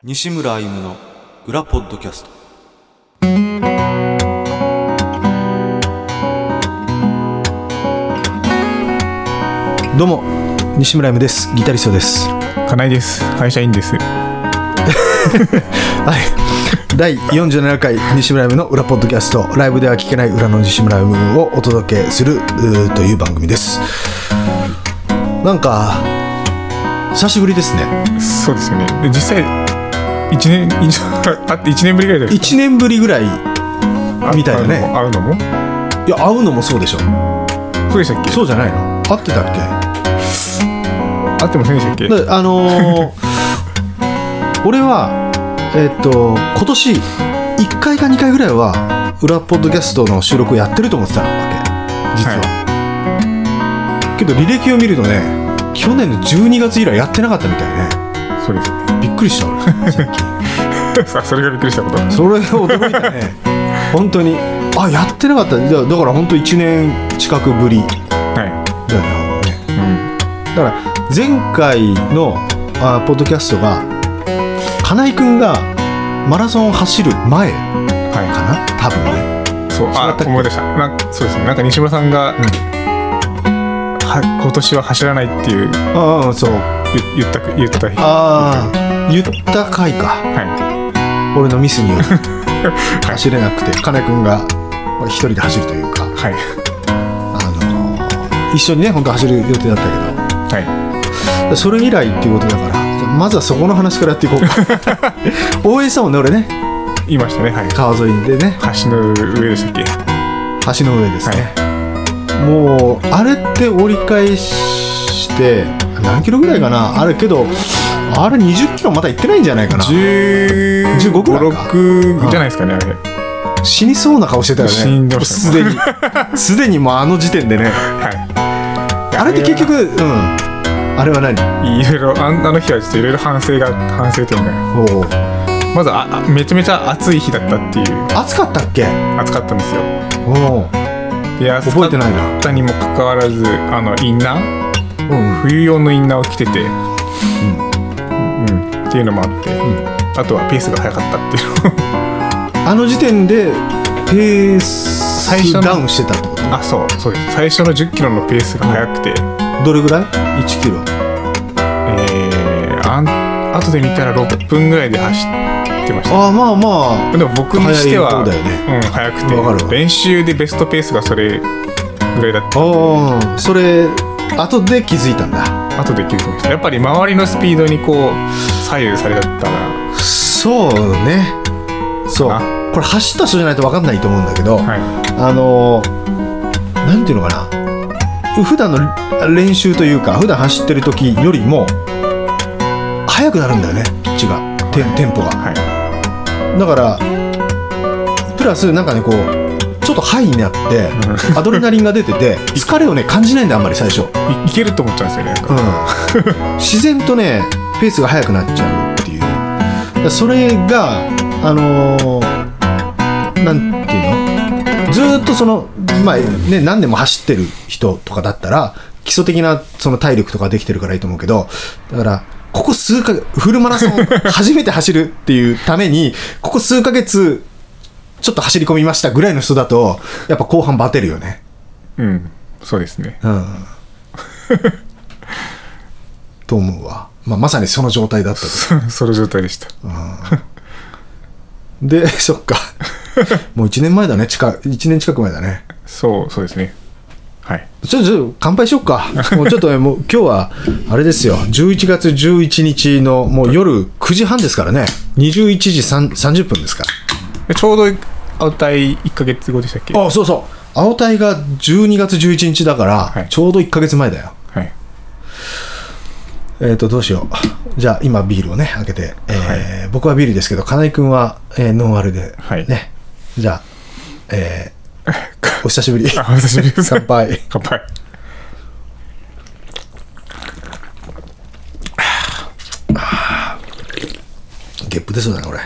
西村歩夢の裏ポッドキャスト。どうも西村歩夢です。ギタリストです。 金井です。会社員です。 はい、第47回西村歩夢の裏ポッドキャスト。ライブでは聞けない裏の西村歩夢をお届けするという番組です。なんか久しぶりですね。 そうですよね。で実際1年以上あって1年ぶりぐらいですか。 1年ぶりぐらいみたいだね。 会うのもいや会うのもそうでしょ。 そうでしたっけ。 そうじゃないの。会ってたっけ。 会ってませんでしたっけ。 俺は今年1回か2回ぐらいは裏ポッドキャストの収録をやってると思ってたわけ実は、はい、けど履歴を見るとね、去年の12月以来やってなかったみたいね。 そうですね。 びっくりした俺最近それがびっくりしたこと。 それが驚いたね本当に。あ、やってなかった。だから本当1年近くぶりだよね、だから前回のポッドキャストが金井くんがマラソン走る前かな、多分ね。 そう、思い出した。そうですね。なんか西村さんが、今年は走らないっていう、 そう言った日。 言った回か、はい、俺のミスによって走れなくて金井くんが一人で走るというか、はい、一緒にね本当走る予定だったけど、はい、それ以来っていうことだから、まずはそこの話からやっていこうか応援したもんね俺ね。 言いましたね、はい、川沿いでね。 橋の上でしたっけ。 橋の上ですね、はい、もうあれって折り返して何キロぐらいかなあれ。けどあれ20キロまだ行ってないんじゃないかな。15ぐらいか 6じゃないですかね。あれ死にそうな顔してたよね。 死んでましたすでにもうあの時点でね、はい、あれって結局あれは何、 いろいろあの日はちょっといろいろ反省点が、まずめちゃめちゃ暑い日だったっていう。 暑かったっけ。 暑かったんですよ。 で覚えてないな。 暑かったにもかかわらずインナー、冬用のインナーを着てて、っていうのもあって、あとはペースが速かったっていうあの時点でペースダウンしてたってこと。 そうです。最初の10キロのペースが速くて、 どれぐらい ?1 キロ後で見たら6分ぐらいで走ってました。 まあでも僕にしては速い方だよね。 速くて、練習でベストペースがそれぐらいだった。 それ後で気づいたんだ。 後で気づきました。やっぱり周りのスピードにこう左右されたら。 そうね。そう、これ走った人じゃないと分かんないと思うんだけど、はい、なんていうのかな、普段の練習というか普段走ってる時よりも速くなるんだよね、ピッチが、テンポが、はい、だからプラスなんかね、こうちょっとハイになってアドレナリンが出てて疲れをね感じないんだ、あんまり最初。 いけると思っちゃうんですよね、 自然とねペースが速くなっちゃうっていう。それがなんていうの、ずっとそのね、何年も走ってる人とかだったら基礎的なその体力とかできてるからいいと思うけど、だからここ数ヶ月フルマラソン初めて走るっていうためにここ数ヶ月ちょっと走り込みましたぐらいの人だとやっぱ後半バテるよね。 そうですね。 と思うわ。まさにその状態だったと。 その状態でした。 で、そっかもう1年前だね。1年近く前だね。 そうですね。はい。 ちょっと乾杯しよっかもうちょっとね、もう今日はあれですよ、11月11日のもう夜9時半ですからね。21時30分ですから。 ちょうど青鯛1ヶ月後でしたっけ。 そうそう、青鯛が12月11日だから、はい、ちょうど1ヶ月前だよ。はい。どうしよう。じゃあ今ビールをね開けて、僕はビールですけど金井くんは、ノンアルで、はい、ね。じゃあ、お久しぶり。 お久しぶりです。 乾杯。 乾杯。 ゲップ出そうだなこ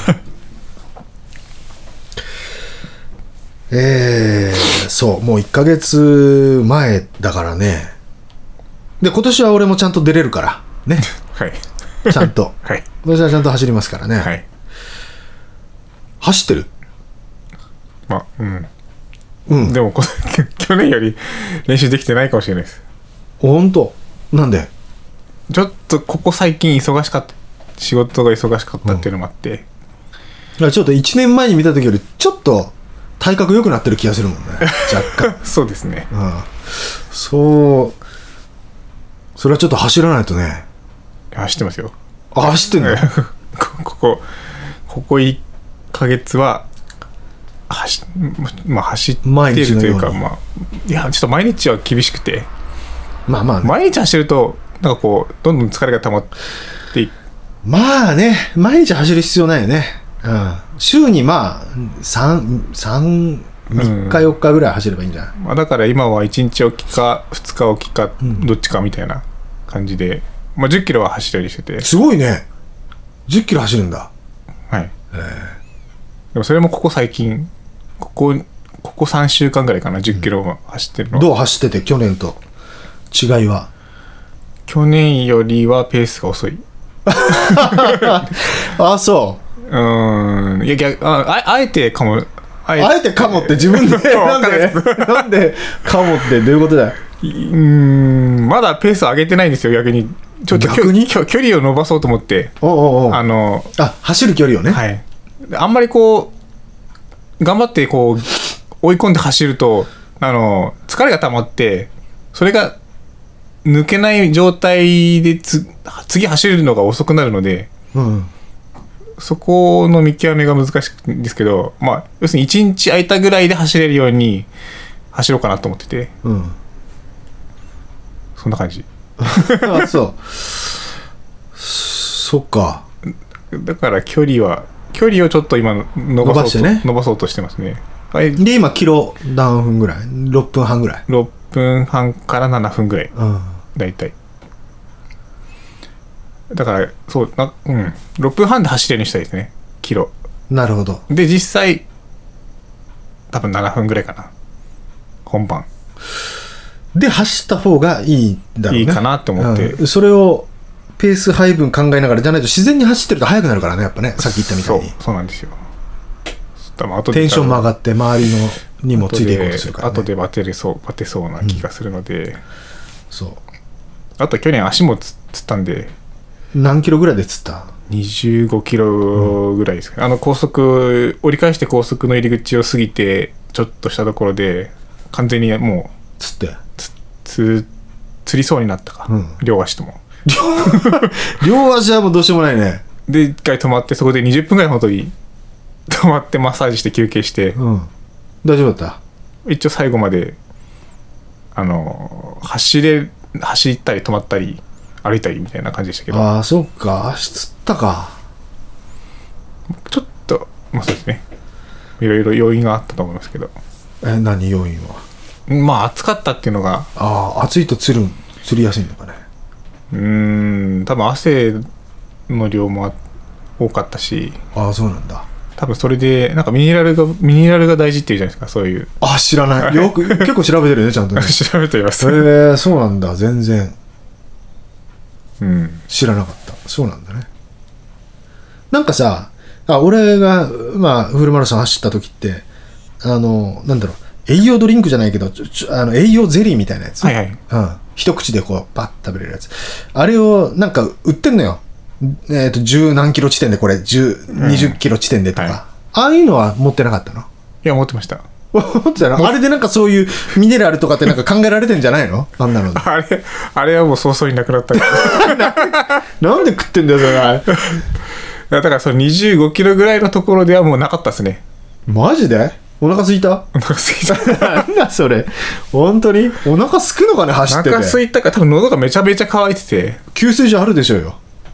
れそうもう1ヶ月前だからね。で今年は俺もちゃんと出れるからね。 はい。 ちゃんとはい私はちゃんと走りますからね、 はい。 走ってる。 まあうんでも去年より練習できてないかもしれないです。 本当なんで。 ちょっとここ最近忙しかった、仕事が忙しかったっていうのもあって、 ちょっと1年前に見た時よりちょっと体格良くなってる気がするもんね若干そうですね。 そうそれはちょっと走らないとね。 走ってますよ。 走ってんのここ1ヶ月は走ってるというか、まあいやちょっと毎日は厳しくて、 まあまあ、ね、 毎日走るとなんかこうどんどん疲れが溜まってまあね、毎日走る必要ないよね。週にまあ3日4日ぐらい走ればいいんじゃない。 まあ、だから今は1日おきか2日おきかどっちかみたいな感じで、まあ、10キロは走ったりしてて。 すごいね、10キロ走るんだ。 はい。でもそれもここ最近ここ3週間ぐらいかな、10キロ走ってるの。 どう走ってて、去年と違いは。 去年よりはペースが遅い。 あ、そう。 いやあえてかも。 あえてかもって自分でなんでかもってどういうことだよ。 まだペースを上げてないんですよ、逆に。ちょっと距離を伸ばそうと思って。 走る距離をね。 はい。あんまりこう頑張ってこう追い込んで走ると疲れが溜まってそれが抜けない状態で次走るのが遅くなるので、そこの見極めが難しいんですけど、まあ要するに1日空いたぐらいで走れるように走ろうかなと思ってて、そんな感じ。 あ、そっか。 だから距離をちょっと今伸ばそうとしてますね。 で今キロ何分ぐらい？6分半ぐらい。 6分半から7分ぐらい、だいたい。だから6分半で走れるようにしたいですね、キロ。 なるほど。 で実際多分7分ぐらいかな、本番で走った方がいいんだろうね。 いいかなって思って、 それをペース配分考えながらじゃないと自然に走ってると速くなるからね、やっぱね、さっき言ったみたいに。 そうなんですよ。 テンションも上がって周りのにもついていこうとするから、ね、 後でバテそうな気がするので、 そう。 あと去年足もつったんで。 何キロぐらいでつった？ 25キロぐらいですかね。高速折り返して高速の入り口を過ぎてちょっとしたところで完全にもう釣りそうになったか、両足とも。 両足はもうどうしようもないね。 で一回止まって、そこで20分ぐらい本当に止まってマッサージして休憩して、 大丈夫だった？ 一応最後まで走ったり止まったり歩いたりみたいな感じでしたけど。 ああ、そっか、足つったか。 ちょっとまあそうですね、いろいろ要因があったと思いますけど。 何要因は？ まあ暑かったっていうのが。 暑いと釣りやすいのかね。 多分汗の量も多かったし。 そうなんだ。 多分それでなんかミネラルが大事っていうじゃないですか、そういう。 知らない。結構調べてるね、ちゃんとね。 調べています。 そうなんだ。全然知らなかった。そうなんだね。なんかさ、俺がフルマラソン走った時ってなんだろう、栄養ドリンクじゃないけど栄養ゼリーみたいなやつ、一口でこうパッと食べれるやつ、あれをなんか売ってんのよ。10何キロ地点でこれ20キロ地点でとか、ああいうのは持ってなかったの？いや持ってました。 持ってたの？あれでなんかそういうミネラルとかってなんか考えられてんじゃないの？なんなの？ あれはもう早々になくなったなんで食ってんだよそれ。 だからその25キロぐらいのところではもうなかったですね。 マジで？お腹空いた？ お腹空いた。 なんだそれ。本当にお腹空くのかね、走ってて。 お腹空いたか、多分喉がめちゃめちゃ乾いてて。 給水所あるでしょうよ。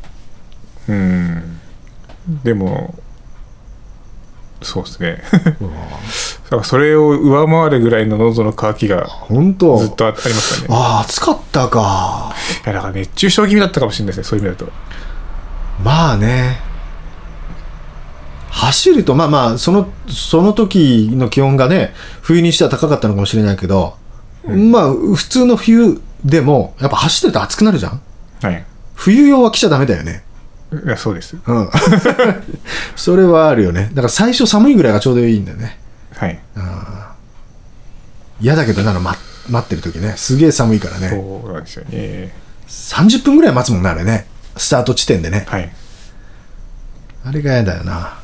でもそうですね。だからそれを上回るぐらいの喉の渇きがずっとありましたね。 暑かったか。 いやだから熱中症気味だったかもしれないですね、そういう意味だと。 まあね、走るとその時の気温がね、冬にしては高かったのかもしれないけど、普通の冬でもやっぱ走ってると暑くなるじゃん。冬用は着ちゃダメだよね。 いやそうです。 うん。それはあるよね。だから最初寒いぐらいがちょうどいいんだよね。 はい。 嫌だけど待ってる時ね、すげえ寒いからね。 そうなんですよね。 30分ぐらい待つもんね、あれね。スタート地点でね。 はい。 あれが嫌だよな。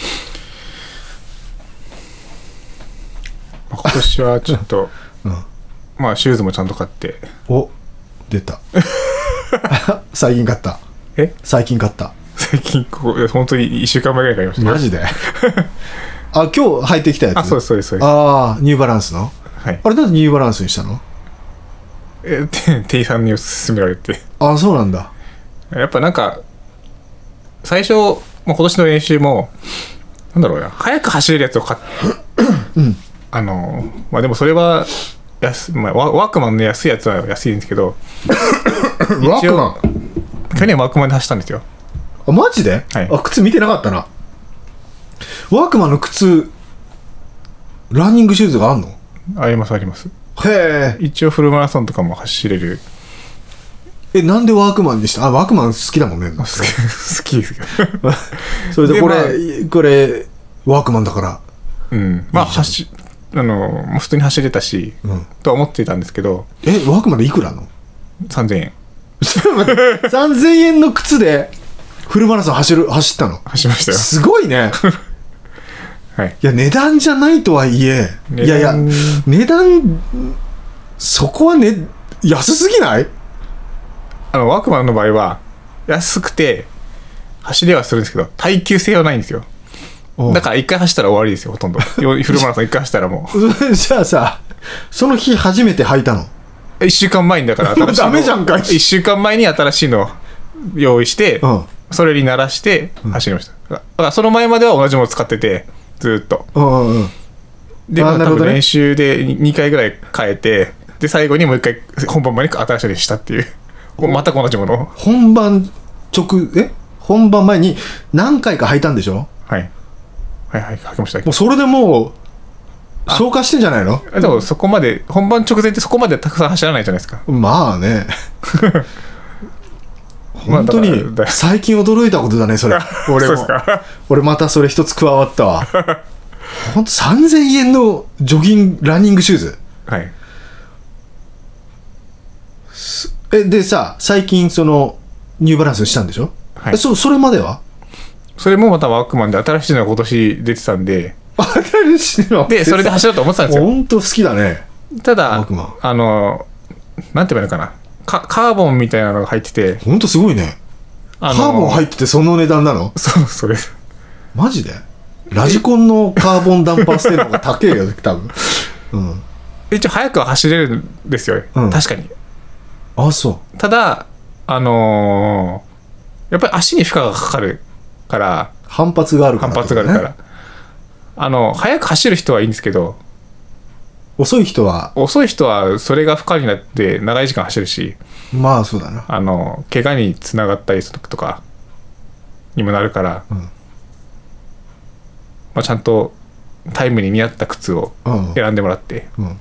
今年はちょっと、 うん、 まあシューズもちゃんと買って。 お、出た。最近買った。最近買った。 最近本当に1週間前ぐらい買いました。 マジで。あ、今日履いてきたやつ。 あ、そうですそうです。 ああ、ニューバランスの。 はい。 あれなんでニューバランスにしたの？ 店員さんに勧められて。 ああ、そうなんだ。 やっぱなんか最初、今年の練習もなんだろうな、速く走れるやつを買って、うん、まあでもそれはまあ、ワークマンの安いやつは安いんですけどワークマン去年ワークマンで走ったんですよ。 あ、マジで？ はい。 あ、靴見てなかったな。ワークマンの靴、ランニングシューズがあんの？ ありますあります。 へえ。 一応フルマラソンとかも走れる。 なんでワークマンにした？あ、ワークマン好きだもんね。 好きですけど。 それでこれワークマンだから。 うん。まあ普通に走れたし、うん、とは思ってたんですけど。 ワークマンでいくらの ？3000円。 3000円の靴でフルマラソン走ったの？ 走りましたよ。 すごいね。はい。いや、値段じゃないとはいえ、いや値段、そこはね、安すぎない？ ワークマンの場合は安くて走れはするんですけど耐久性はないんですよ。だから1回走ったら終わりですよ、ほとんど。フルマラソン1回走ったらもう。 じゃあさ、その日初めて履いたの ？1週間前にだから新しいのダメじゃんかい。 1週間前に新しいのを用意して、うん、それに鳴らして走りました。だからその前までは同じもの使っててずっと。うんうん、で、まあ、多分練習で2回ぐらい変えて、で最後にもう1回本番前に新しいのにしたっていう。全く同じもの。 本番前に何回か履いたんでしょ？はいはいはい、履きました。 もうそれでもう消化してんじゃないの？ でもそこまで本番直前ってそこまでたくさん走らないじゃないですか。 まあね。本当に最近驚いたことだね、それ。俺またそれ一つ加わったわ。本当3000円のランニングシューズ。はい。でさ、最近そのニューバランスしたんでしょ？はい。それまでは？それもまたワークマンで新しいのが今年出てたんで。 新しいので、それで走ろうと思ってたんですよ。 本当好きだね。 ただ、なんて言えばいいのかな。カーボンみたいなのが入ってて。 本当すごいね。カーボン入っててその値段なの？ それ。 マジで？ラジコンのカーボンダンパーステーの方が高いよ、多分。うん。 一応速くは走れるんですよ。うん、確かに。 あ、そう。 ただやっぱり足に負荷がかかるから反発があるから、 速く走る人はいいんですけど、 遅い人はそれが負荷になって長い時間走るし、 まあそうだな、 怪我につながったりするとかにもなるから、うん、まあ、ちゃんとタイムに見合った靴を選んでもらって、うん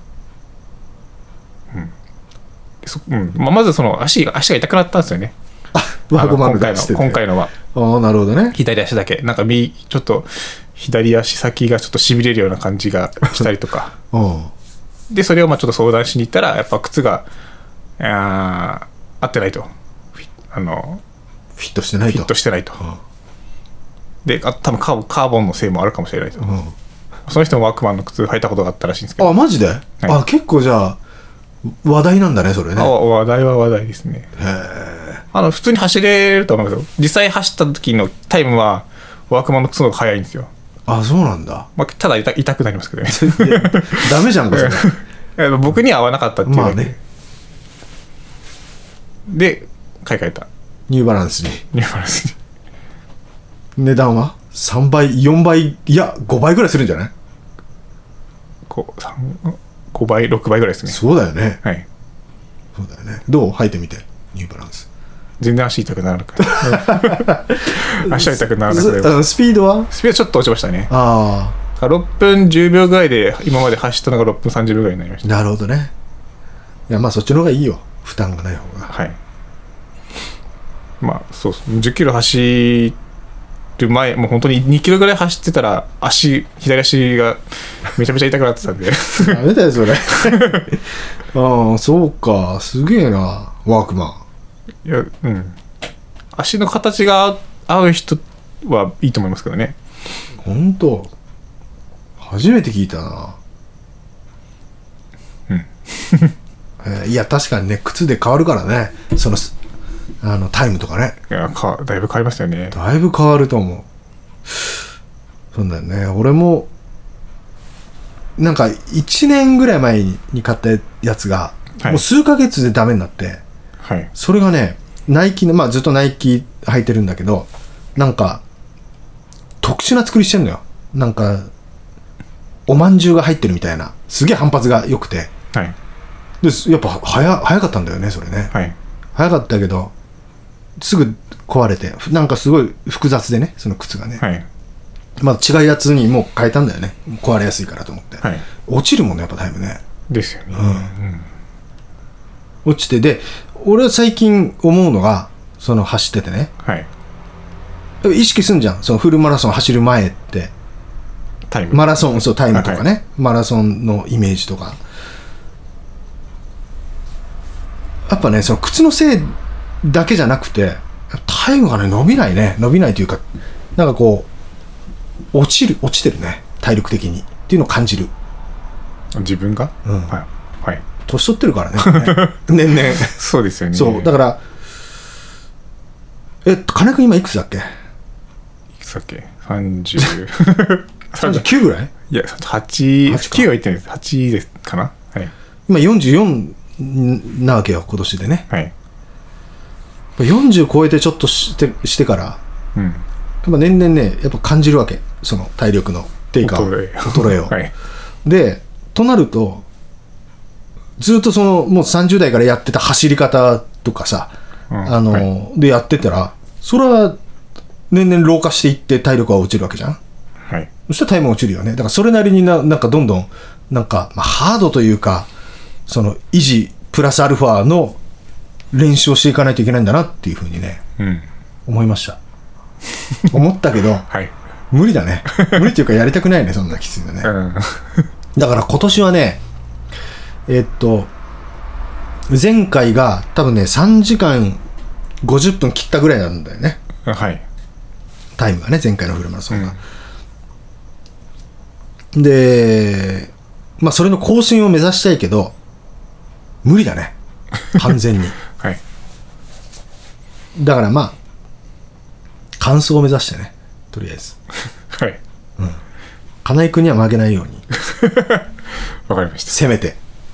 うん、まあ、まずその足が痛くなったんですよね。今回のは。 あ、なるほどね。 左足だけなんかちょっと左足先がちょっとしびれるような感じがしたりとか。でそれをまあちょっと相談しに行ったら、やっぱ靴が合ってないと、 フィットしてないと。 で、多分カーボンのせいもあるかもしれないと。その人もワークマンの靴履いたことがあったらしいんですけど。 あ、マジで？はい、あ、結構じゃあ話題なんだね、それね。 話題は話題ですね。普通に走れると思うんですよ。実際走った時のタイムはワークマンの靴の方が速いんですよ。 あ、そうなんだ。 まあ、ただ痛くなりますけどね。 ダメじゃんか、それ。僕には合わなかったっていうだけで。まあね。で買い替えた。 ニューバランスに。値段は3倍4倍いや5倍ぐらいするんじゃない？ 5倍6倍ぐらいですね。 そうだよね。 はい。 そうだよね。どう？履いてみて、ニューバランス。 全然足痛くならなくて。足痛くならなくて。 スピードはちょっと落ちましたね。ああ。6分10秒ぐらいで今まで走ったのが6分30秒ぐらいになりました。 なるほどね。いや、まあそっちの方がいいよ、負担がない方が。 はい。 まあそう10キロ走る前もう本当に2キロぐらい走ってたら左足がめちゃめちゃ痛くなってたんでダメだよそれああそうか、すげえなワークマいや足の形が合う人はいいと思いますけどね。 ン。ほんと初めて聞いたな。いや確かにね、靴で変わるからね、そのタイムとかね。 いやだいぶ変わりましたよね。 だいぶ変わると思う。そうだよね。俺もなんか1年ぐらい前に買ったやつが、 はい、 もう数ヶ月でダメになって、 はい、 それがねナイキの、まあずっとナイキ履いてるんだけど、なんか特殊な作りしてんのよ。なんかおまんじゅうが入ってるみたいな、すげえ反発が良くて、 はい、 でやっぱ早かったんだよねそれね、 はい、 早かったけどすぐ壊れて、なんかすごい複雑でね、その靴がね、 はい、 まあ違うやつにもう変えたんだよね、壊れやすいからと思って、 はい、 落ちるもんねやっぱタイムね。 ですよね、 落ちて、で俺は最近思うのが、その走っててね、 はい、 意識すんじゃん、そのフルマラソン走る前ってタイムマラソン、そうタイムとかね、 はい、 マラソンのイメージとか、やっぱねその靴のせいだけじゃなくて、タイムがね伸びないというか、なんかこう落ちてるね、体力的にっていうのを感じる。 自分が、 はい、 はい、 年取ってるからね年々 そうですよね。 そうだから、金君今いくつだっけ？ いくつだっけ？30 39ぐらい？ いや8、9は言ってないです。8ですかな。はい。 今44なわけよ、今年でね。 はい。 40超えてちょっとしてから、やっぱ年々ね、やっぱ感じるわけ、その体力の低下を、衰えを。 はい。 で、となると、ずっとそのもう30代からやってた走り方とかさ、はい、でやってたら、それは年々老化していって体力は落ちるわけじゃん。 はい。 そしたらタイムは落ちるよね。だからそれなりになんかどんどんなんか、まあ、ハードというか、その維持プラスアルファの練習をしていかないといけないんだなっていうふうにね、思いました思ったけど、 はい、 無理だね。無理っていうかやりたくないね、そんなきついのね、だから今年はね、前回が多分ね3時間50分切ったぐらいなんだよね、 はい、 タイムがね、前回のフルマラソンが、でまあそれの更新を目指したいけど無理だね、完全にはい、 だからまあ完走を目指してね、とりあえずはい、 金井君には負けないようにわかりました。 せめて、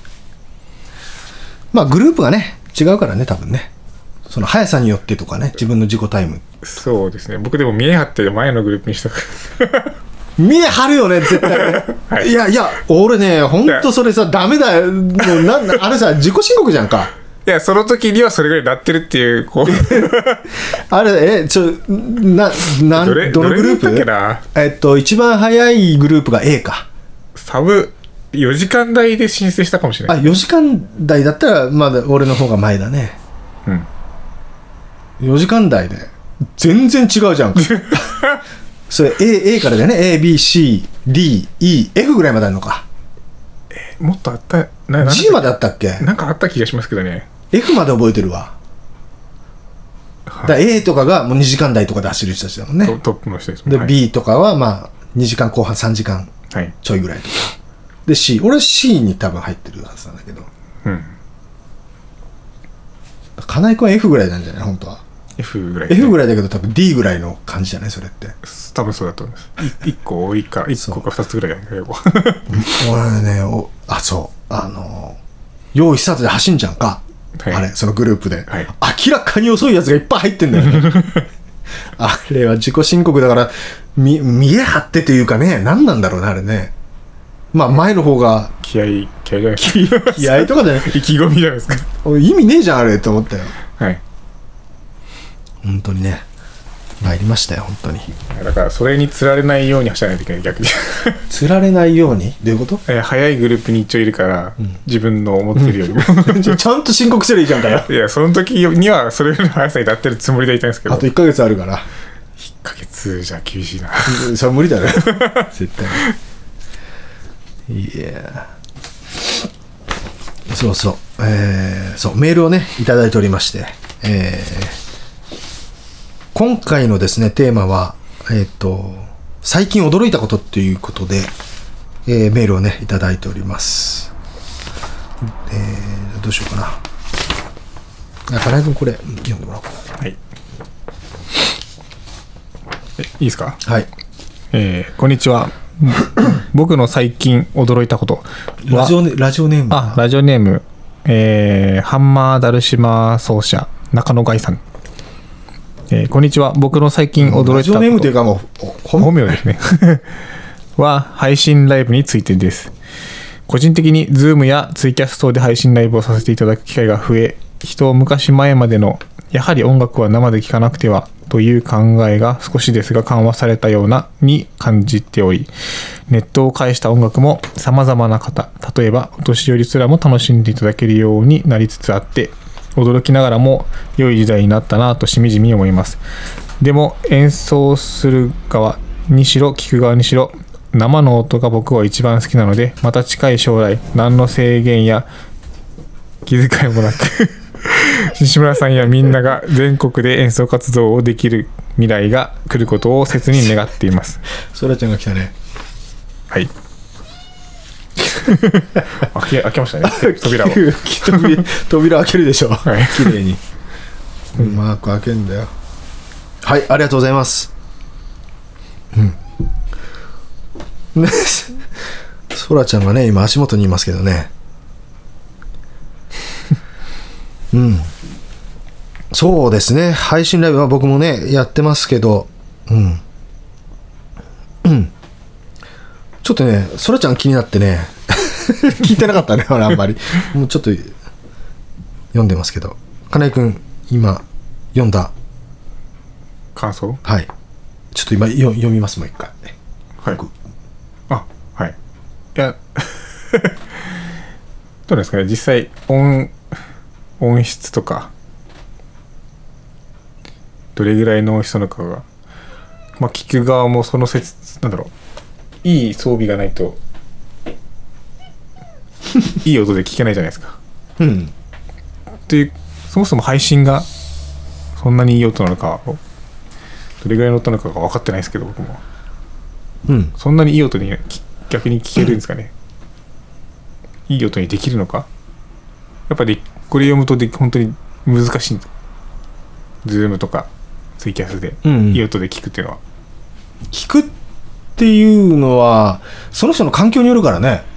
まあグループがね違うからね、多分ね、その速さによってとかね、自分の自己タイム。 そうですね、僕でも見え張って前のグループにした見え張るよね絶対はい、いや俺ねほんとそれさダメだよ、もうあれさ自己申告じゃんか。 いやその時にはそれぐらいなってるっていう、こうあれどのグループだっけな、 一番早いグループが A か。 サブ4時間台で申請したかもしれない。 4時間台だったらまだ俺の方が前だね。4時間台で全然違うじゃんそれ A からだよね。 ABCDEF ぐらいまであるのか。 もっとあった。 G まであったっけ？ なんかあった気がしますけどね。 F まで覚えてるわ。だ A とかがもう2時間台とかで走る人たちだもんね。 トップの人ですもんで、 はい、 B とかはまあ2時間後半3時間ちょいぐらいとか、で C、 俺 C に多分入ってるはずなんだけど、金井君は F ぐらいなんじゃない本当は。 F ぐらい、 F ぐらいだけど多分 D ぐらいの感じじゃないそれって。 多分そうだと思います。1個多いか1個か2つぐらいだね俺ねそう用意スタートで走んじゃんか、はい、あれそのグループで、はい、明らかに遅いやつがいっぱい入ってんだよねあれは自己申告だから見え張ってというかね、何なんだろうねあれね。まあ前の方が気合じゃないですか。 気合とかじゃない意気込みじゃないですか。 意味ねえじゃんあれって思ったよ。 はい、 本当にね。 参りましたよ本当に。 だからそれに釣られないように走らないといけない逆に釣られないようにどういうこと？ 早いグループに一応いるから、自分の思ってるよりもちゃんと申告すればいいじゃんかよ。 いやその時にはそれよりの速さになってるつもりでいたんですけど、 あと1ヶ月あるから 1ヶ月じゃ厳しいなそれ無理だね絶対に。いやそうそう、そうメールをねいただいておりまして、今回のですねテーマは最近驚いたことっていうことで、メールをねいただいております。どうしようかな。金井君これ読んでもらおうかな。 はい、いいですか？ はい。 こんにちは僕の最近驚いたことはラジオネーム。 ラジオネーム、ハンマーダルシマ奏者中野凱さん。こんにちは。僕の最近驚いたこと。ラジオネームというかもう本名ですねは配信ライブについてです。個人的に Zoom やツイキャス等で配信ライブをさせていただく機会が増え、一昔前までのやはり音楽は生で聴かなくてはという考えが少しですが緩和されたようなに感じており、ネットを介した音楽も様々な方、例えばお年寄りすらも楽しんでいただけるようになりつつあって、驚きながらも良い時代になったなとしみじみ思います。でも演奏する側にしろ聴く側にしろ生の音が僕は一番好きなので、また近い将来何の制限や気遣いもなく西村さんやみんなが全国で演奏活動をできる未来が来ることを切に願っています。 そらちゃんが来たね。 はい開けましたね扉を扉開けるでしょ、 はい、 綺麗にうまく開けんだよ。はい、ありがとうございます。ねそらちゃんがね今足元にいますけどねそうですね、配信ライブは僕もねやってますけど、ちょっとねそらちゃん気になってね聞いてなかったね俺あんまりもうちょっと読んでますけど、金井くん今読んだ感想？ はい、ちょっと今読みますもう一回。 はい。あ、はい。いやどうですかね、実際音質とかどれぐらいの音質なのかが、まあ聞く側もそのなんだろう、いい装備がないといい音で聞けないじゃないですか。っていう、そもそも配信がそんなにいい音なのか、どれぐらいの音なのかが分かってないですけど僕も、そんなにいい音に逆に聞けるんですかね。いい音にできるのか。やっぱりこれ読むと本当に難しい。Zoom とかツイキャスでいい音で聞くっていうのは、 聞くっていうのはその人の環境によるからね。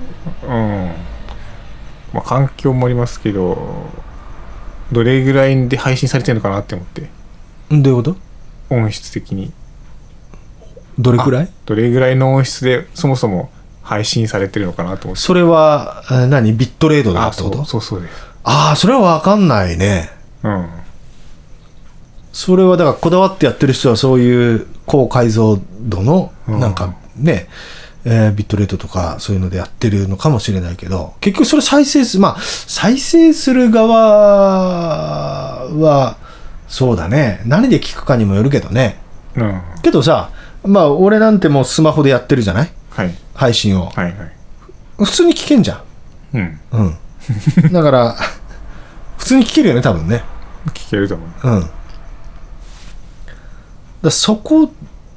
まあ環境もありますけど、どれぐらいで配信されてるのかなって思って。 どういうこと？ 音質的にどれぐらい？ どれぐらいの音質でそもそも配信されてるのかなと思って。 それは何？ビットレートだってこと？ そうです。 それは分かんないね。それはだからこだわってやってる人はそういう高解像度のなんかね、ビットレートとかそういうのでやってるのかもしれないけど、結局それ再生する側はそうだね、何で聞くかにもよるけどね。けどさ、まあ俺なんてもうスマホでやってるじゃない、配信を、普通に聞けんじゃん。だから普通に聞けるよね多分ね。 聞けると思う。 だそこ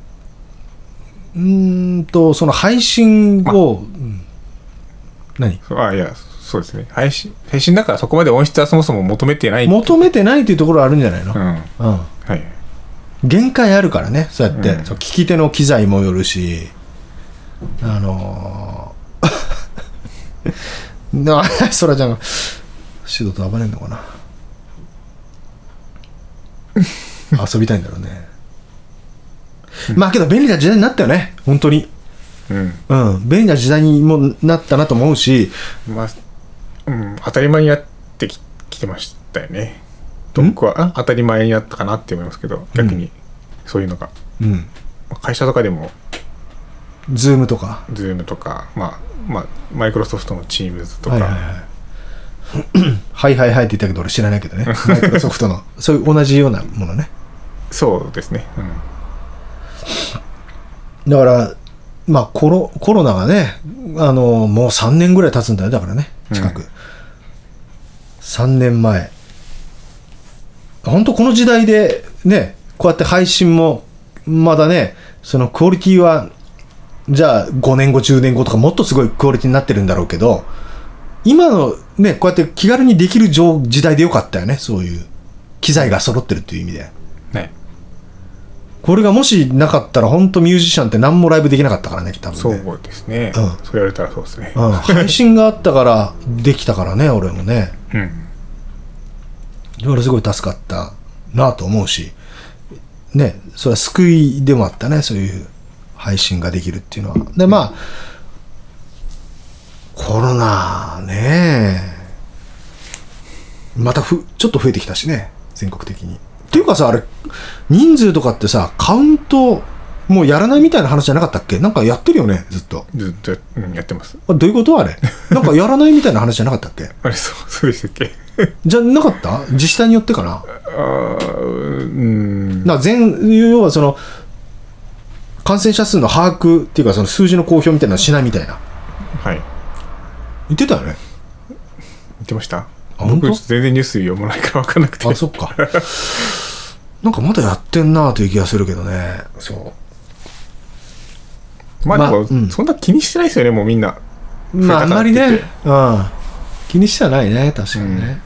その配信を、何？ いやそうですね、配信だからそこまで音質はそもそも求めてないっていうところあるんじゃないの？限界あるからね、そうやって、聞き手の機材もよるし、そらちゃんがシドと暴れんのかな遊びたいんだろうね。まあけど便利な時代になったよね本当に。便利な時代にもなったなと思うし、 当たり前になってきてましたよね。僕は当たり前になったかなって思いますけど、逆にそういうのが。 うん会社とかでもズームとか Zoom とか、マイクロソフトの Teams とか、 はいはいはいって言ったけど俺知らないけどねマイクロソフトのそういう同じようなものね。 そうですね、 だからまあコロナがねもう3年ぐらい経つんだよ。だからね近く、3年前本当この時代でねこうやって配信もまだねそのクオリティはじゃあ5年後10年後とかもっとすごいクオリティになってるんだろうけど、今のねこうやって気軽にできる時代でよかったよね。そういう機材が揃ってるっていう意味で、 ね、 これがもしなかったら本当ミュージシャンって何もライブできなかったからね多分ね。 そうですね、そう言われたらそうですね、 配信があったからできたからね俺もね。だからすごい助かったなと思うしね、それは救いでもあったね、そういう配信ができるっていうのは。でまあコロナねまたちょっと増えてきたしね全国的に。っていうかさあれ人数とかってさカウントもうやらないみたいな話じゃなかったっけ？なんかやってるよねずっとやってます。 どういうことあれなんかやらないみたいな話じゃなかったっけ？ あれそうでしたっけじゃなかった？自治体によってかな。要はその感染者数の把握っていうかその数字の公表みたいなのしないみたいな。 はい。 言ってたよね。 言ってました。僕全然ニュース読まないから分かんなくて。 あ、そっか。なんかまだやってんなという気がするけどね。そう。 でも、そんな気にしてないですよねもうみんな。 あんまりね。気にしてはないね確かにね。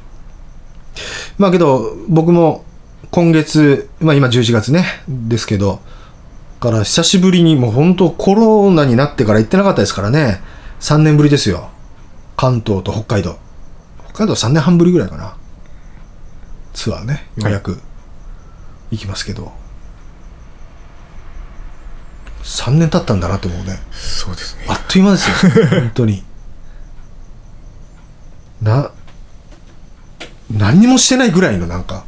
けど僕も今月今11月ねですけどから久しぶりにもう本当コロナになってから行ってなかったですからね。3年ぶりですよ。関東と北海道3年半ぶりぐらいかな。ツアーねようやく行きますけど、3年経ったんだなと思うね。 そうですね。 あっという間ですよ本当に。何にもしてないぐらいのなんか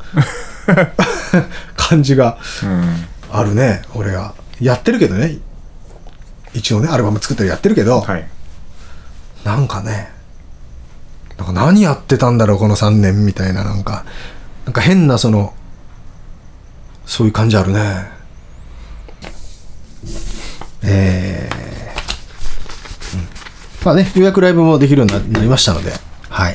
感じがあるね。俺がやってるけどね一応ねアルバム作ったりやってるけど、なんかねなんか何やってたんだろうこの3年みたいななんか変なそういう感じあるね。まあねようやくライブもできるようになりましたので、はい。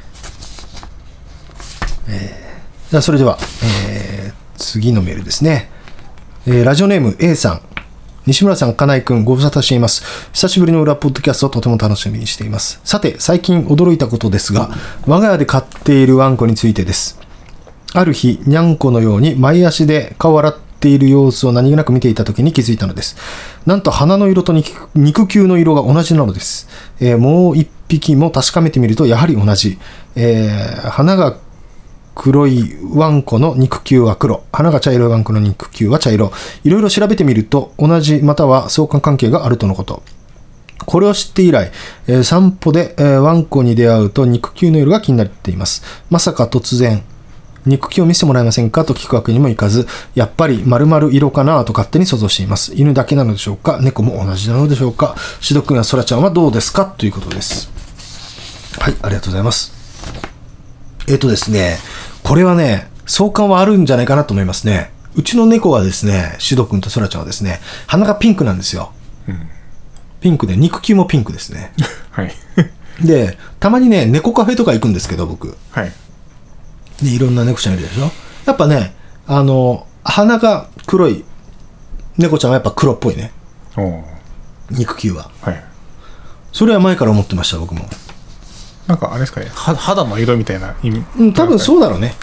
じゃあそれでは、次のメールですね。ラジオネーム A さん。西村さん、金井くん、ご無沙汰しています。久しぶりの裏ポッドキャストをとても楽しみにしています。さて、最近驚いたことですが、我が家で飼っているワンコについてです。ある日、にゃんこのように前足で顔を洗っている様子を何気なく見ていたときに気づいたのです。なんと鼻の色と肉球の色が同じなのです。もう一匹も確かめてみるとやはり同じ。鼻が黒いワンコの肉球は黒、鼻が茶色いワンコの肉球は茶色。いろいろ調べてみると同じまたは相関関係があるとのこと。これを知って以来、散歩で、ワンコに出会うと肉球の色が気になっています。まさか突然肉球を見せてもらえませんかと聞くわけにもいかず、やっぱり丸々色かなと勝手に想像しています。犬だけなのでしょうか、猫も同じなのでしょうか。しどくんやそらちゃんはどうですかということです。はい、ありがとうございます。ですね、これはね相関はあるんじゃないかなと思いますね。うちの猫はですね、しどくんとそらちゃんはですね、鼻がピンクなんですよ、ピンクで肉球もピンクですねはいでたまにね猫カフェとか行くんですけど僕、でいろんな猫ちゃんいるでしょ。やっぱね鼻が黒い猫ちゃんはやっぱ黒っぽいね、肉球は。それは前から思ってました僕も。 なんかあれですかね、肌の色みたいな意味、 多分そうだろうね、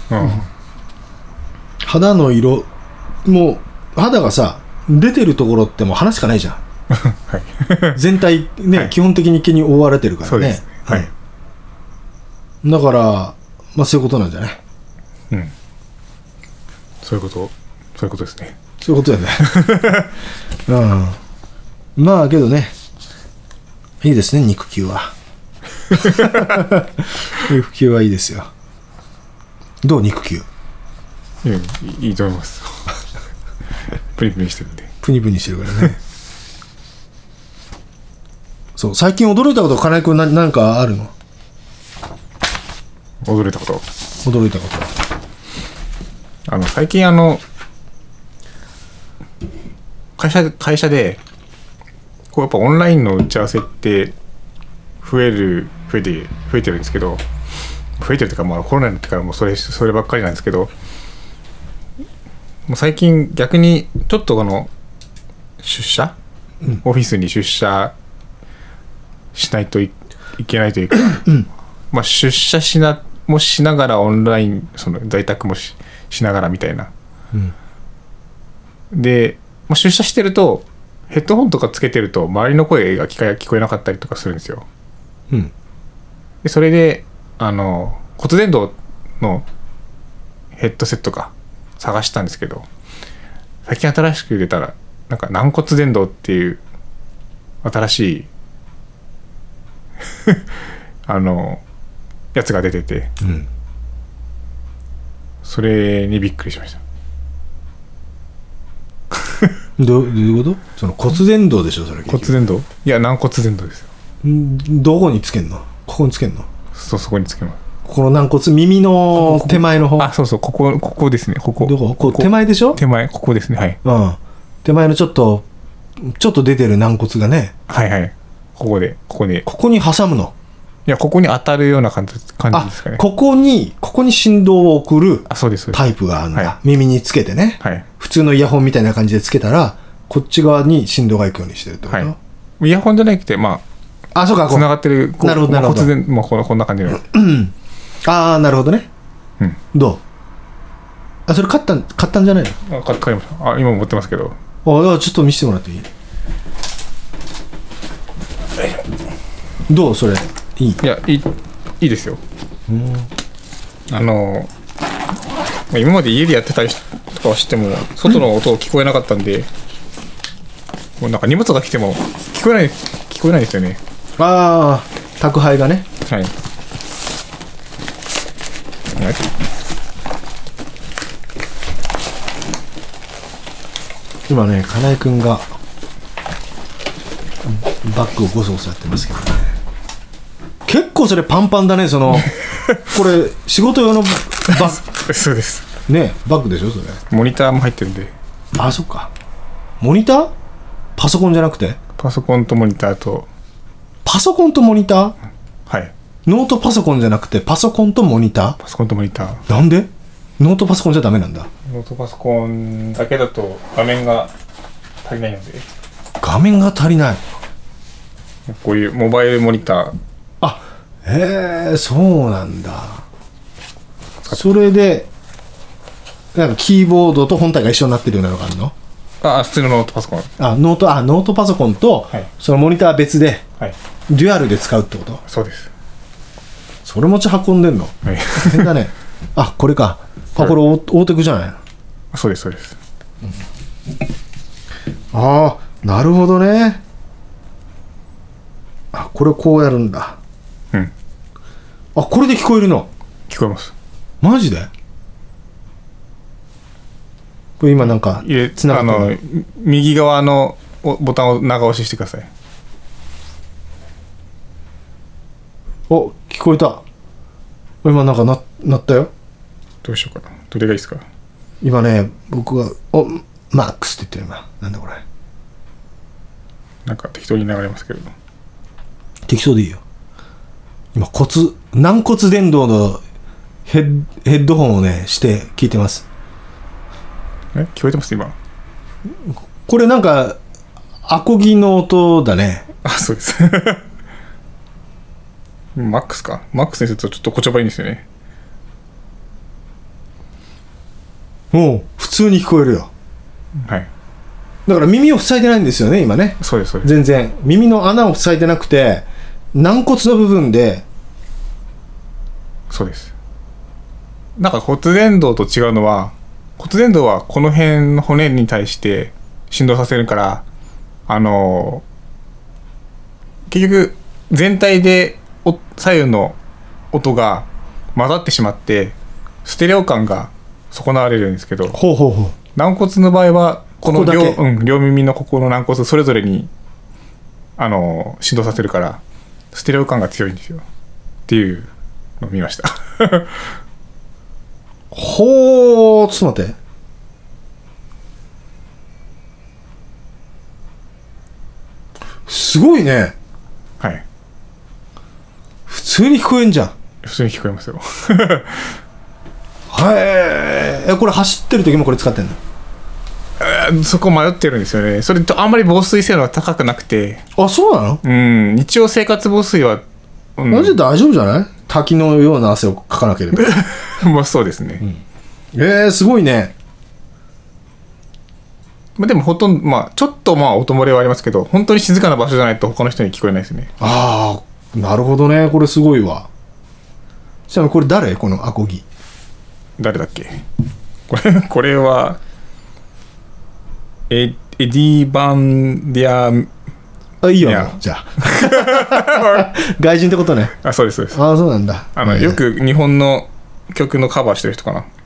肌の色もう肌がさ出てるところってもう鼻しかないじゃん全体ね、基本的に毛に覆われてるからね。だからまあそういうことなんじゃない。 そういうことですね。 そういうことだねまあけどねいいですね肉球は肉球はいいですよ。どう肉球？ いいと思いますプニプニしてるんで。 プニプニしてるからねそう最近驚いたこと金井君なんかあるの？ 驚いたこと。 驚いたこと。 最近会社でこうやっぱオンラインの打ち合わせって増えてるんですけど、増えてるというか、まあコロナになってからもそればっかりなんですけど、もう最近逆にちょっと出社、オフィスに出社しないといけないというか、まあ出社もしながらオンライン在宅も しながらみたいな、で、まあ、出社してるとヘッドホンとかつけてると周りの声が聞こえなかったりとかするんですよ。でそれで骨伝導のヘッドセットが探したんですけど、最近新しく出たらなんか軟骨伝導っていう新しいやつが出てて、それにびっくりしました。 どういうこと？その骨伝導でしょそれ？ 骨伝導？いや軟骨伝導ですよ。 どこにつけんの？ここにつけんの？ そう、そこにつけます。 この軟骨、耳の手前の方。 あ、そうそう、ここですね。ここどこ？手前でしょ？ 手前、ここですね。はい。 手前のちょっと出てる軟骨がね。 はいはい。ここに挟むの？ いや、ここに当たるような感じですかね。 ここに振動を送るタイプがあるんだ。 はい、 耳につけてね、普通のイヤホンみたいな感じでつけたらこっち側に振動が行くようにしてるってこと？ イヤホンじゃなくて、まあ、 そうか、 つながってる。 なるほど、なるほど。 骨伝、こんな感じの。 なるほどね。どう？それ買ったんじゃないの？ 買いました。今持ってますけど。 ちょっと見せてもらっていい？どう？それいい？ いや、いいですよ。今まで家でやってたりとかはしても外の音聞こえなかったんで、もうなんか荷物が来ても聞こえないですよね。 宅配がね。 はい。 今ね、金井くんがバッグをゴソゴソやってますけどね。結構それパンパンだね。これ仕事用のバッグ。 そうですね。バッグでしょそれ。 モニターも入ってるんで。 そっか。モニター？パソコンじゃなくて？ パソコンとモニターと。 パソコンとモニター？ はい。 ノートパソコンじゃなくてパソコンとモニター？ パソコンとモニター。 なんで？ノートパソコンじゃダメなんだ。 ノートパソコンだけだと画面が足りないので。 画面が足りない。 こういうモバイルモニター。 そうなんだ。それでなんかキーボードと本体が一緒になってるようなのがあるの？ 普通のノートパソコン。 ノートパソコンと、そのモニター別で、デュアルで使うってこと？ そうです。 それ持ち運んでんの？大変だね。これか。これオーテクじゃない？ そうですそうです。 なるほどね。これこうやるんだ。これで聞こえるの？ 聞こえます。 マジで？これ今なんかつながってる。右側のボタンを長押ししてください。 聞こえた。今なんかなったよ。 どうしようかな。どれがいいですか？ 今ね、僕がマックスって言ってる今。なんだこれ。 なんか適当に流れますけど。 適当でいいよ。今軟骨伝導のヘッドホンをねして聞いてます。 聞こえてます今？ これなんかアコギの音だね。 そうですマックスか。マックスにするとちょっとこちょばいいんですよね。 普通に聞こえるよ。 はい。 だから耳を塞いでないんですよね今ね。 そうです。 全然耳の穴を塞いでなくて軟骨の部分で。 そうです。なんか骨伝導と違うのは、骨伝導はこの辺の骨に対して振動させるから、結局全体で左右の音が混ざってしまってステレオ感が損なわれるんですけど、 軟骨の場合はこのここだけ両耳のここの軟骨それぞれに振動させるからステレオ感が強いんですよっていうのを見ましたほー、ちょっと待って。すごいね。 はい。 普通に聞こえんじゃん。 普通に聞こえますよはい。これ走ってる時もこれ使ってんの？ そこ迷ってるんですよね。それとあんまり防水性能が高くなくて。 あ、そうなの？ うん。一応生活防水は、 マジで大丈夫じゃない？滝のような汗をかかなければまあそうですね、 すごいね。 まあ、でもほとんどちょっと音漏れはありますけど本当に静かな場所じゃないと他の人に聞こえないですね。 ああ、なるほどね。これすごいわ。ちなみにこれ誰？このアコギ誰だっけこれはエディ・バンディア。 いいよいやじゃあ外人ってことね。 そうですそうです。 あ、そうなんだ。 よく日本の曲のカバーしてる人かな。 い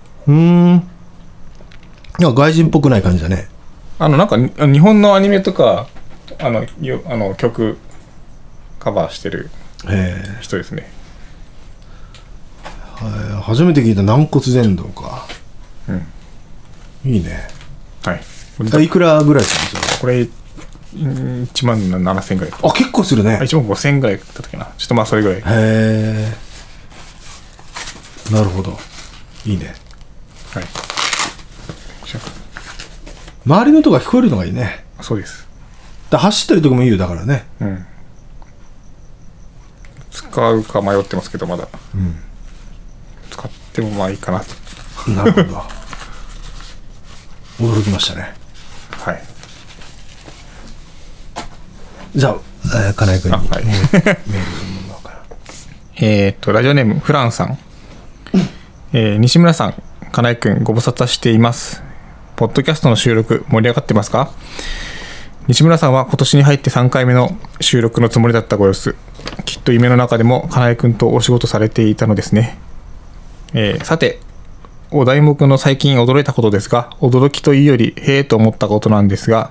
や外人っぽくない感じだね。 なんか日本のアニメとか曲カバーしてる人ですね。 初めて聞いた軟骨伝導か。いいね。 はい。 いくらぐらいするんですか？ これ1万7000円ぐらい。 あ、結構するね。 1万5000円ぐらいだったっけな。ちょっとそれぐらい。 へえ。なるほど。いいね。 はい。 周りの音が聞こえるのがいいね。 そうです。 走ってる時もいいよだからね。 使うか迷ってますけどまだ。使ってもいいかなと。 なるほど。驚きましたね。 はい。 じゃあ、金井君にメール読むのかな。 ラジオネームフランさん、西村さん、金井君ご無沙汰しています。ポッドキャストの収録盛り上がってますか？西村さんは今年に入って3回目の収録のつもりだったご様子。きっと夢の中でも金井君とお仕事されていたのですね。さて、お題目の最近驚いたことですが、驚きというよりへえと思ったことなんですが、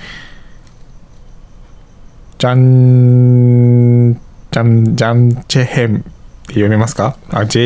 ジャンチェヘンって読めますか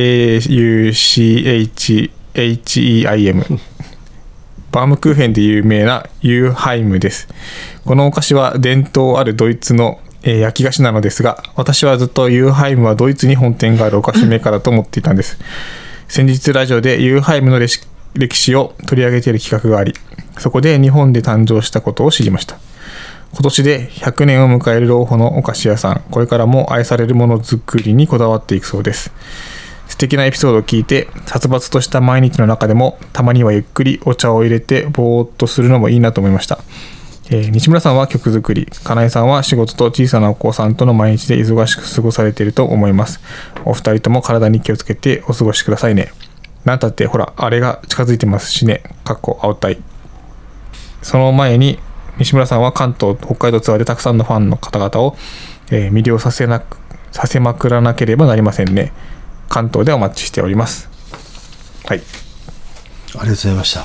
？JUCHHEIM バームクーヘンで有名なユーハイムです。このお菓子は伝統あるドイツの、焼き菓子なのですが、私はずっとユーハイムはドイツに本店があるお菓子メーカーだと思っていたんです。先日ラジオでユーハイムの歴史を取り上げている企画があり、そこで日本で誕生したことを知りました。今年で100年を迎える老舗のお菓子屋さん、これからも愛されるものづくりにこだわっていくそうです。素敵なエピソードを聞いて、殺伐とした毎日の中でもたまにはゆっくりお茶を入れてぼーっとするのもいいなと思いました。西村さんは曲作り、金井さんは仕事と小さなお子さんとの毎日で忙しく過ごされていると思います。お二人とも体に気をつけてお過ごしくださいね。なんたってほらあれが近づいてますしね。青たい。その前に西村さんは関東北海道ツアーでたくさんのファンの方々を、魅了させまくらなければなりませんね。関東でお待ちしております。はい。 ありがとうございました。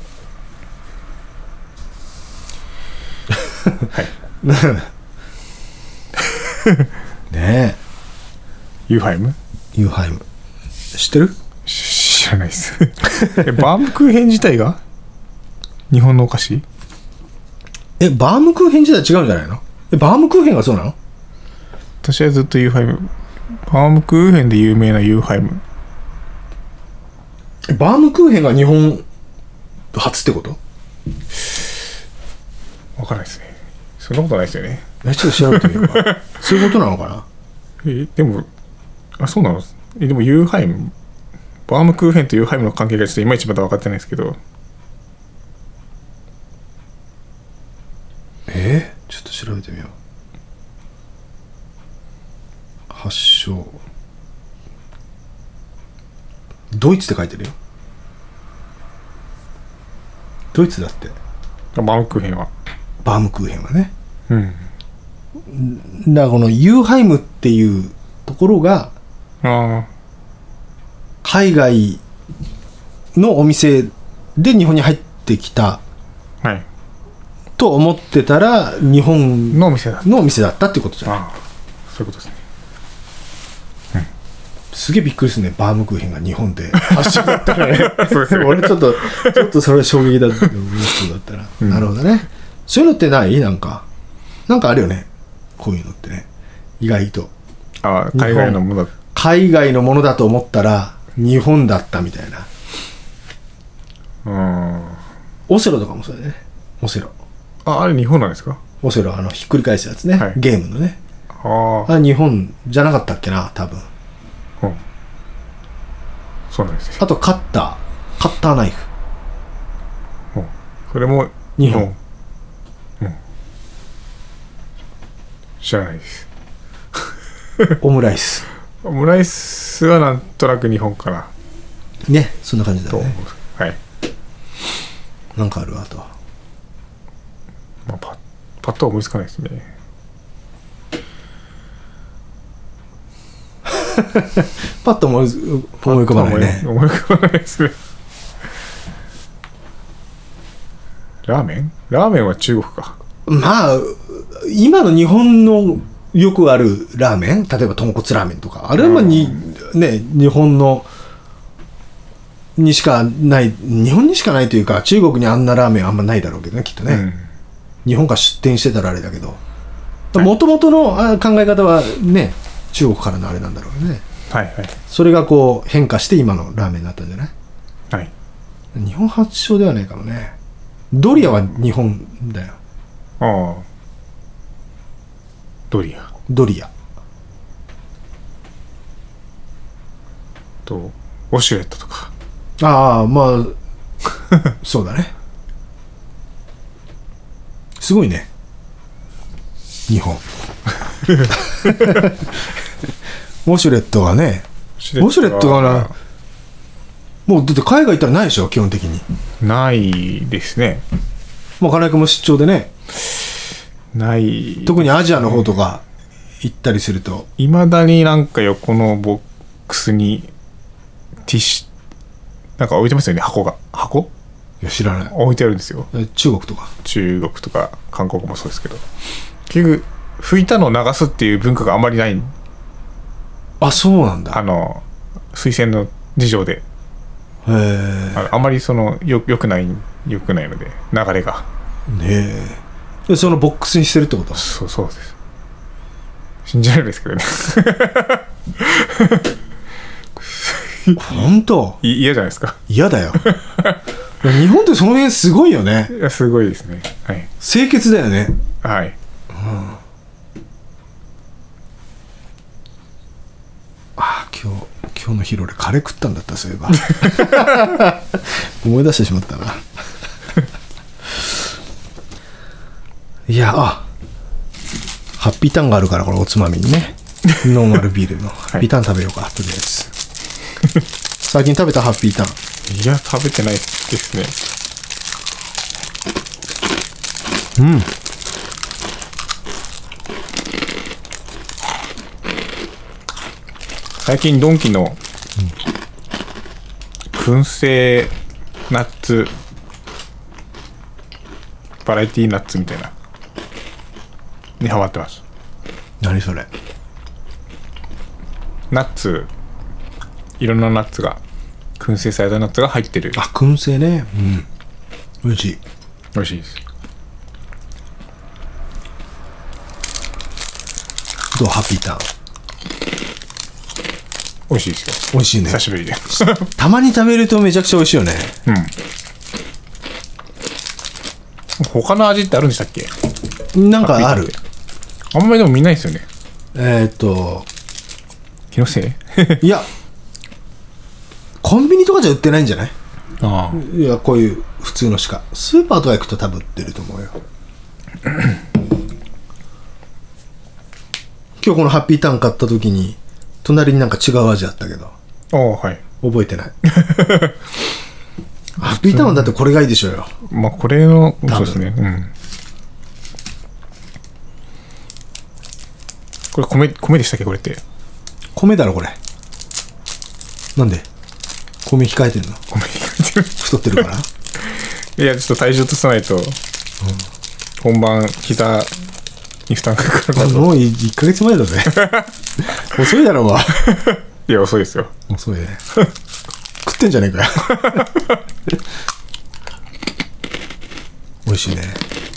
はい。 ねえ。 ユーハイム知ってる？ 知らないですバームクーヘン自体が日本のお菓子？ バームクーヘン自体違うんじゃないの？バームクーヘンがそうなの？ 私はずっとユーハイム。バームクーヘンで有名なユーハイム。 バームクーヘンが日本初ってこと？ わからないですね。そんなことないですよね。 ちょっと調べてみようかそういうことなのかな。 でもそうなの？でもユーハイム、バームクーヘンとユーハイムの関係がちょっといまいちまだ分かってないですけど。 ちょっと調べてみよう。発祥ドイツって書いてるよ。ドイツだって。 バームクーヘンはね。だからこのユーハイムっていうところが海外のお店で日本に入っってきたはいと思ってたら日本の店だの店だったってことじゃない。 ああそういうことですね。 すげえびっくりするね、バームクーヘンが日本で発祥だったらねそうですね俺ちょっとそれは衝撃だったけどそうだったら、なるほどね。そういうのってない？なんかあるよね、こういうのってね。意外とああ海外のものだ。 海外のものだと思ったら日本だったみたいな。オセロとかもそうだよね。オセロあれ日本なんですか？ ひっくり返すやつね、 はい、 ゲームのね。 あ日本じゃなかったっけな、多分。 そうなんですよ。 あとカッターナイフ、 それも日本。 知らないです。 オムライスオムライスはなんとなく日本かなね、そんな感じだと思う。 よね。 はい。 なんかあるわ。あとまあ、パッとは思いつかないですね。 パッと思い浮かばないね。 思い浮かばないですね。ラーメンは中国か。 まあ今の日本のよくあるラーメン、例えば豚骨ラーメンとか、あれはまあね、日本にしかない、日本にしかないというか、中国にあんなラーメンあんまないだろうけどね、きっとね。日本が出店してたらあれだけど、もともとの考え方はね、中国からのあれなんだろうね。 はいはい。 それがこう変化して今のラーメンになったんじゃない？ はい。 日本発祥ではないかもね。ドリアは日本だよ。 ああ。ドリアとウォシュレットとか。 ああ、まあそうだね。すごいね、日本。ウォシュレットがね、ウォシュレットがな、もうだって海外行ったらないでしょ、基本的に。 ないですね。 もう金井君も出張でね、 ない。 特にアジアの方とか行ったりすると、 いまだになんか横のボックスにティッシュなんか置いてますよね。箱いや知らない。 置いてあるんですよ。 中国とか韓国もそうですけど、結局拭いたのを流すっていう文化があんまりない。 あ、そうなんだ。 水洗の事情で、 へえ。 あまりよくないので、流れが。 ねえ。でそのボックスにしてるってこと？ そうです。信じられないですけどね。 本当？ 嫌じゃないですか。 嫌だよ。日本ってその辺すごいよね。 いやすごいですね。はい。 清潔だよね。 はい。 今日の昼俺カレー食ったんだった、そういえば。思い出してしまったな。いや、ハッピーターンがあるから、これおつまみにね。ノーマルビールのハッピーターン食べようか、とりあえず。最近食べたハッピーターン。 いや食べてないですね。最近ドンキの燻製ナッツバラエティナッツみたいなにハマってます。 何それ？ ナッツ、いろんなナッツが、燻製されたナッツが入ってる。 燻製ね。美味しい。 美味しいです。 どう？ハッピーターン美味しいですよ。 美味しいね。 久しぶりで。 たまに食べるとめちゃくちゃ美味しいよね。 他の味ってあるんでしたっけ？ なんかある。 あんまりでも見ないですよね。気のせい？ いや、コンビニとかじゃ売ってないんじゃない？ ああ。 いや、こういう普通のしか。スーパーとか行くと多分売ってると思うよ。今日このハッピーターン買った時に隣になんか違う味あったけど、 はい。 覚えてない。ハッピーターンだってこれがいいでしょうよ。 まあこれのそうですね。これ米でしたっけ、これって？ 米だろこれ。なんで米控えてんの？ 米控えてる。 太ってるから？ いやちょっと体重落とさないと、本番膝に負担かかるなと。 もう1ヶ月前だぜ遅いだろうわいや遅いですよ。 遅いね食ってんじゃねえかよ美味しいね。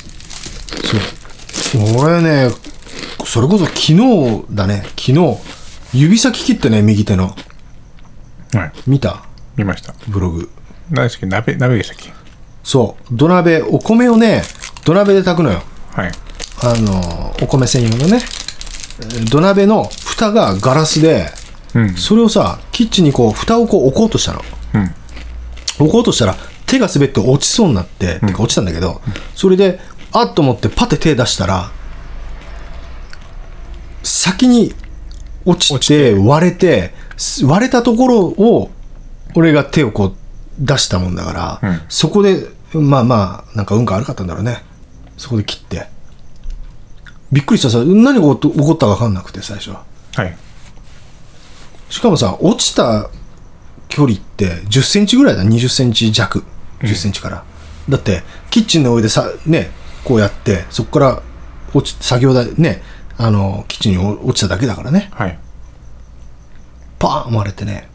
そう俺ねそれこそ昨日だね、昨日指先切ってね、右手の。 はい。 見た？ 見ました。 ブログ。 何でしたっけ？鍋でしたっけ？ そう土鍋、お米をね土鍋で炊くのよ。 はい。 お米専用のね土鍋の蓋がガラスで、 うん、 それをさキッチンにこう蓋をこう置こうとしたの、 うん、 置こうとしたら手が滑って落ちそうになって、てか落ちたんだけど、それであっと思ってパッて手出したら先に落ちて割れて、割れたところを俺が手をこう出したもんだから、そこでまあなんか運が悪かったんだろうね。そこで切ってびっくりしたさ、何が起こったか分かんなくて最初。 はい。 しかもさ落ちた距離って10センチぐらいだ、20センチ弱、10センチから、だってキッチンの上でさねこうやってそこから作業台ねキッチンに落ちただけだからね。 はい。 パーン割れてね、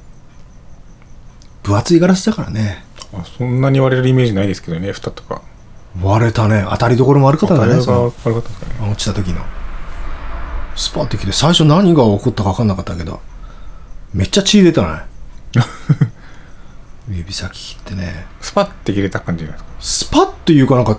分厚いガラスだからね。 そんなに割れるイメージないですけどね、蓋とか。 割れたね。当たりどころも悪かったんだね。 当たりどころが悪かったですかね。 落ちた時のスパッてきて最初何が起こったか分かんなかったけどめっちゃ血出たね指先切ってね、 スパッて切れた感じじゃないですか。 スパッっていうかなんか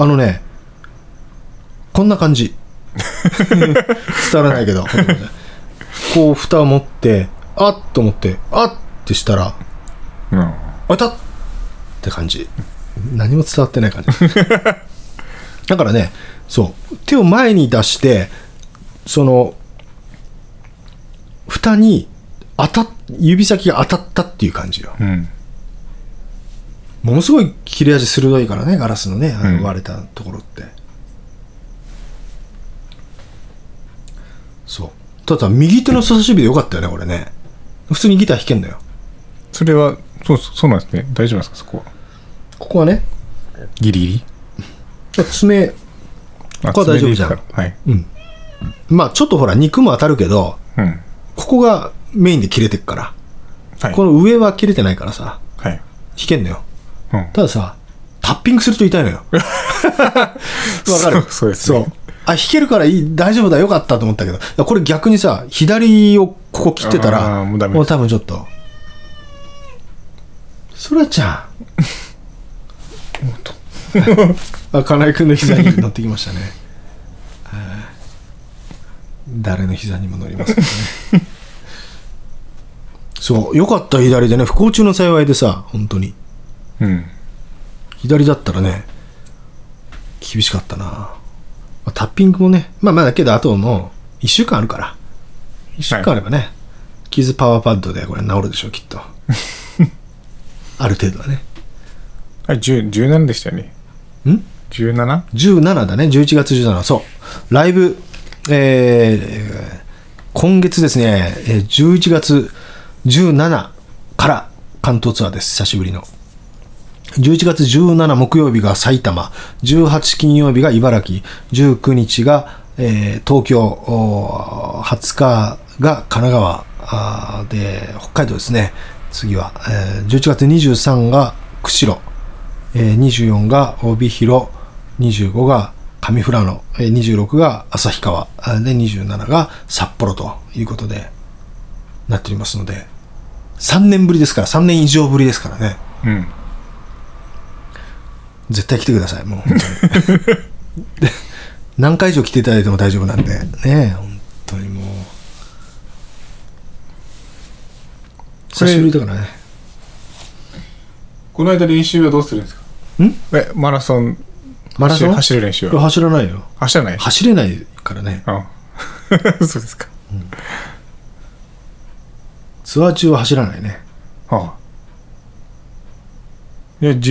こんな感じ伝わらないけどこう蓋を持ってあっと思ってあってしたら、 うん、 あたって感じ。何も伝わってない感じだからね、そう手を前に出してその蓋に指先が当たったっていう感じよ、うん、ものすごい切れ味鋭いからね、ガラスのね割れたところって、そうただ右手の人差し指でよかったよね俺ね。普通にギター弾けんだよ。 それはそうなんですね。大丈夫なんですか？そこは。 ここはねギリギリ爪、ここは大丈夫じゃん。 はい、 うん、まあちょっとほら肉も当たるけど、 うん、 ここがメインで切れてっから、はい、この上は切れてないからさ、はい、弾けんのよ、うん、たださタッピングすると痛いのよわかる。 そうですね。そう弾けるから大丈夫だよかったと思ったけど、これ逆にさ左をここ切ってたらもう多分ちょっとそらちゃん金井君の膝に乗ってきましたね誰の膝にも乗りますけどねそうよかった、左でね、不幸中の幸いでさ本当に、うん、左だったらね厳しかったな。タッピングもねまあだけどあともう1週間あるから1週間あればね、はい、傷パワーパッドでこれ治るでしょうきっとある程度はね。 はい、17でしたよね。 ん 17？17 だね、11月17。そうライブ、今月ですね11月17から関東ツアーです。久しぶりの11月17木曜日が埼玉、18金曜日が茨城、19日が、東京、20日が神奈川で北海道ですね。次は、11月23が釧路、24が帯広、25が上富良野、26が旭川で27が札幌ということでなっておりますので、3年ぶりですから、3年以上ぶりですからね、うん、絶対来てください。もう本当に何回以上来ていただいても大丈夫なんでね、本当にもう久しぶりだからね。 この間練習はどうするんですか？マラソン走る練習は？ 走らないよ。 走らない？ 走れないからね。 ああそうですか、うん、 ツアー中は走らないね。 はあ、いや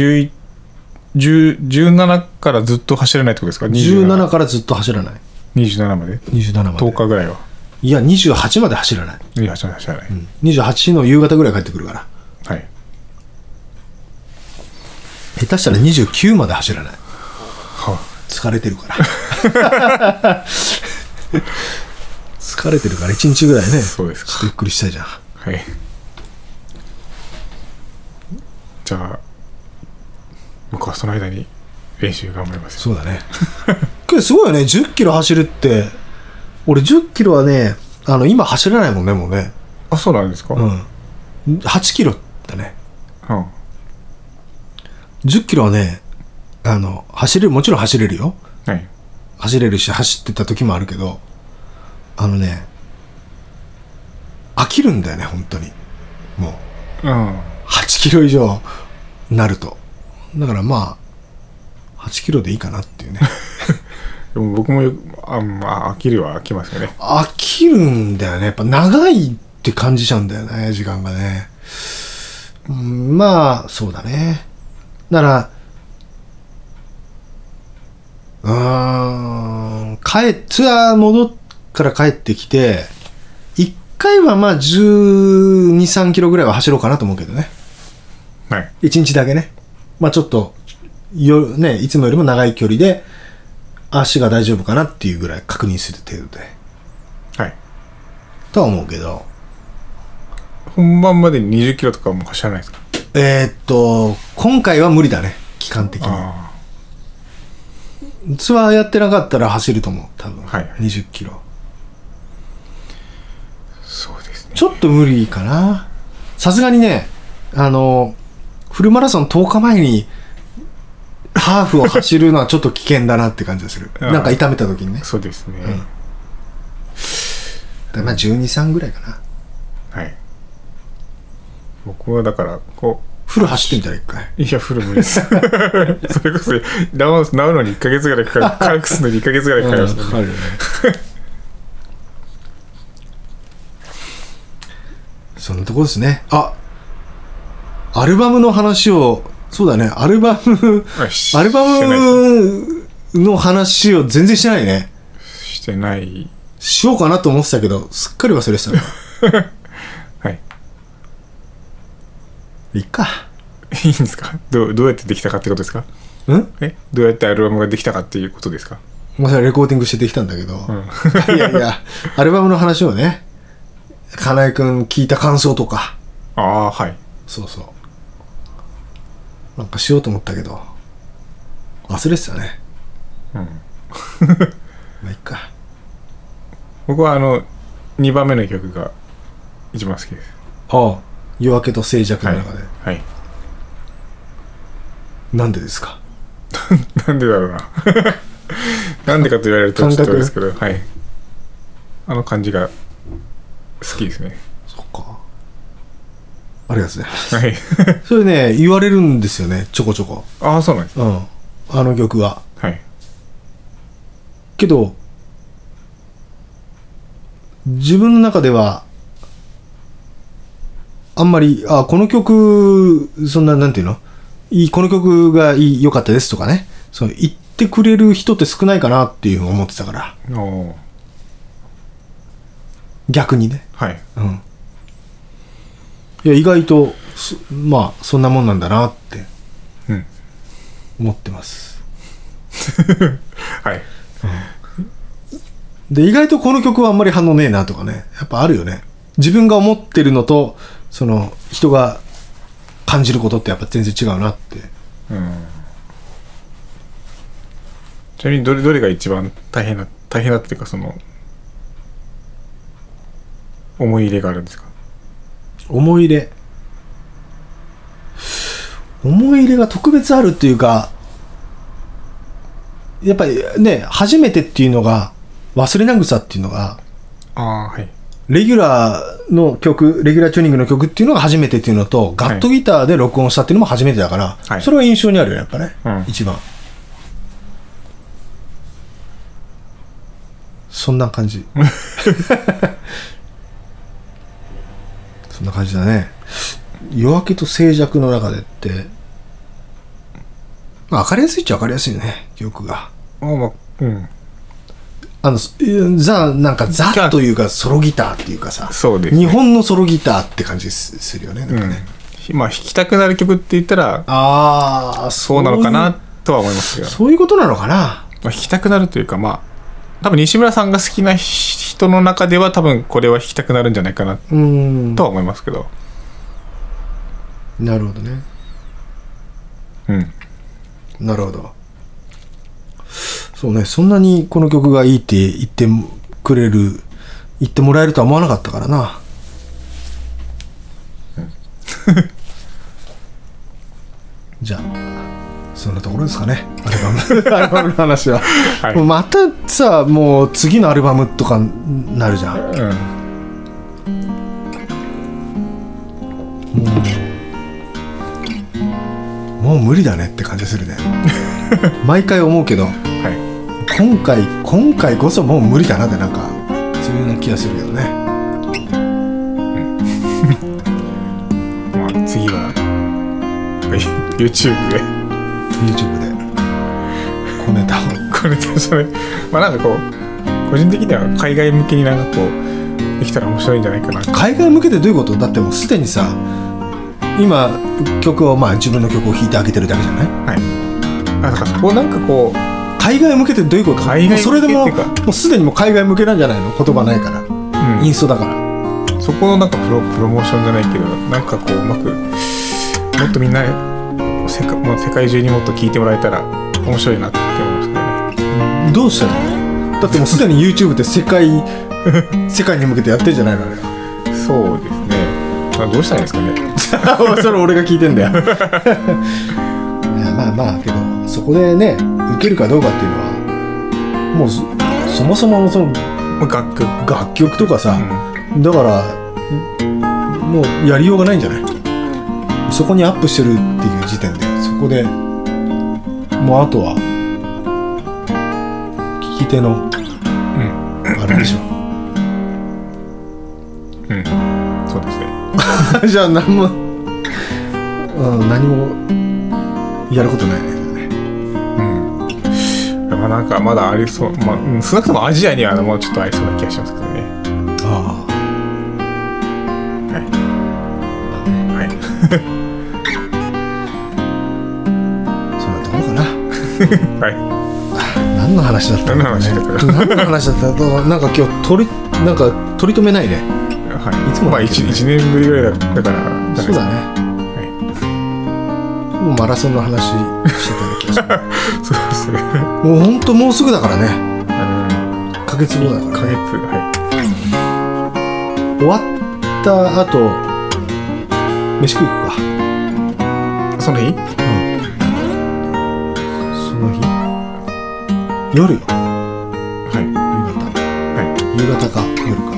17からずっと走らないってことですか ？17からずっと走らない。 27まで 27まで 10日ぐらいは。 いや28まで走らない。 28まで走らない、うん、 28の夕方ぐらい帰ってくるから。 はい下手したら29まで走らない。 は疲れてるから疲れてるから1日ぐらいね。 そうですか。 ちょっとゆっくりしたいじゃん。 はい。じゃあ僕はその間に練習頑張りますよ。 そうだねけどすごいよね、10キロ走るって。俺10キロはね、今走らないもんね、もうね。 あ、そうなんですか。 8キロだね。 うん。 10キロはね、走れる、もちろん走れるよ。 はい。 走れるし、走ってた時もあるけど、飽きるんだよね、本当に。もう、8キロ以上なると。だからまあ、8キロでいいかなっていうね。 でも僕も飽きるは飽きますよね。 飽きるんだよね。やっぱ長いって感じちゃうんだよね、時間がね。まあ、そうだね。だから、ツアー戻から帰ってきて、1回はまあ12、3キロぐらいは走ろうかなと思うけどね。 はい。 1日だけね。まあちょっと、ね、いつもよりも長い距離で、足が大丈夫かなっていうぐらい確認する程度で。 はい。 とは思うけど。 本番までに20キロとかも走らないですか？ 今回は無理だね。期間的に。ツアーやってなかったら走ると思う。多分。 はい。 20キロ。 そうですね。 ちょっと無理かな。さすがにね、フルマラソン10日前に、ハーフを走るのはちょっと危険だなって感じがする。なんか痛めた時にね。 そうですね。 まあ12、3ぐらいかな。 はい。僕はだからフル走ってみたら一回。 いや、フル無理です。それこそ治るのに1ヶ月ぐらいかかる。回復するのに1ヶ月ぐらいかかりますね。 かかるよね。そんなとこですね。アルバムの話を、そうだね、アルバムの話を全然してないね。 してない。 しようかなと思ってたけど、すっかり忘れてたな。 はい。 いいか。 いいんですか？どうやってできたかってことですか？どうやってアルバムができたかっていうことですか？ まあ、レコーディングしてできたんだけど、いや、アルバムの話をね、金井くん聞いた感想とか。 はい。 そうそう。なんかしようと思ったけど、忘れてたね。まあ、いっか。 僕は2番目の曲が一番好きです。 夜明けと静寂の中で。 はい。 なんでですか？ なんでだろうな。なんでかと言われるとちょっとですけど、はい。感じが好きですね。 そっか。ありがとうございます。 はい。 それね、言われるんですよね、ちょこちょこ。 そうなんです。 あの曲は。 はい。 けど、自分の中では、あんまり、この曲、そんな、なんていうの？この曲が良かったですとかね。言ってくれる人って少ないかなっていうふうに思ってたから。逆にね。 はい。 いや、意外と、まあ、そんなもんなんだなって、思ってます。 はい。 で、意外とこの曲はあんまり反応ねえなとかね。やっぱあるよね。自分が思ってるのと、人が感じることってやっぱ全然違うなって。 ちなみにどれが一番大変だっていうか、思い入れがあるんですか？ 思い入れが特別あるっていうか、やっぱりね、初めてっていうのが、忘れなぐさっていうのが、 はい。 レギュラーチューニングの曲っていうのが初めてっていうのと、ガットギターで録音したっていうのも初めてだから、 はい、 それは印象にあるよね、やっぱね。一番。そんな感じ。そんな感じだね。夜明けと静寂の中でって、まあ、分かりやすいっちゃ分かりやすいよね、曲が。なんかザというかソロギターっていうかさ、 そうですね、 日本のソロギターって感じするよね。なんかね、 まあ弾きたくなる曲って言ったらああ、 そうなのかなとは思いますけど、 そういうことなのかな。 まあ、弾きたくなるというか、まあ多分西村さんが好きな人の中では多分これは弾きたくなるんじゃないかなとは思いますけど。 なるほどね。 うん。 なるほど。そうね、そんなにこの曲がいいって言ってくれる、言ってもらえるとは思わなかったからな。じゃあそんなところですかね、アルバムアルバムの話は、はい、もうまたさ、もう次のアルバムとかなるじゃん、もう無理だねって感じするね毎回思うけど、はい、今回こそもう無理だなって、なんかそういうような気がするけどね、 まあ次はYouTube で小ネタそれ、まあなんかこう個人的には海外向けになんかこうできたら面白いんじゃないかな。 海外向けってどういうこと？だってもうすでにさ、今曲を、まあ自分の曲を弾いてあげてるだけじゃない？ はい。あ、だからそこなんかこう海外向けってどういうこと？ 海外向けっていうか、 もうそれでもうすでにもう海外向けなんじゃないの？言葉ないから、インストだから。 そこのなんかプロモーションじゃないけど、なんかこううまくもっとみんなもう世界中にもっと聞いてもらえたら面白いなって思いますけどね。 どうしたらいいの？だってもうすでに YouTube って世界に向けてやってんじゃないのあれは。 そうですね。まあ、どうしたらいいですかね。 それ俺が聞いてんだよ。いやまあけどそこでね受けるかどうかっていうのはもうそもそもその楽曲とかさ、だからもうやりようがないんじゃない？そこにアップしてるっていう時点でそこでもうあとは聞き手のあれでしょ。 そうですね。 じゃあ何もやることないね。 まあなんかまだありそう、まあ少なくともアジアにはもうちょっとありそうな気がしますけどね。 ああ。 はい。 そんなところかな。 はい。 何の話だったの？何の話だったの？なんか今日取り留めないね。 はい。いつもまあ1年ぶりぐらいだから。 そうだね。はい。もうマラソンの話してただけそうですね。 もう本当もうすぐだからね。1ヶ月後だからね。終わった後飯食い行くか。 その日？ その日？夜よ。 はい。 夕方か夜か。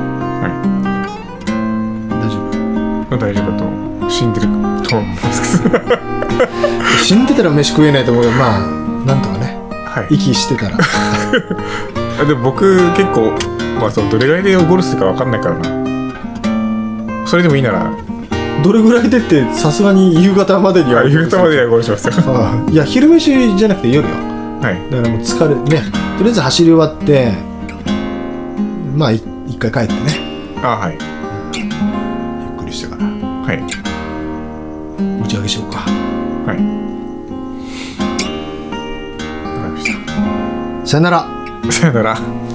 大丈夫だと死んでると思うんですけど死んでたら飯食えないと思うけど、まあなんとかね、はい、息してたらでも僕結構、まあ、そのどれぐらいでゴルフするか分かんないからな。それでもいいならどれぐらいでってさすがに夕方までには夕方までにはゴルフしますよいや昼飯じゃなくて夜よ。 はい。 だからもう疲れね、とりあえず走り終わってまあ一回帰ってね。 はい。 してから、 はい、 打ち上げしようか。 はい。わかりました。 さよなら。 さよなら。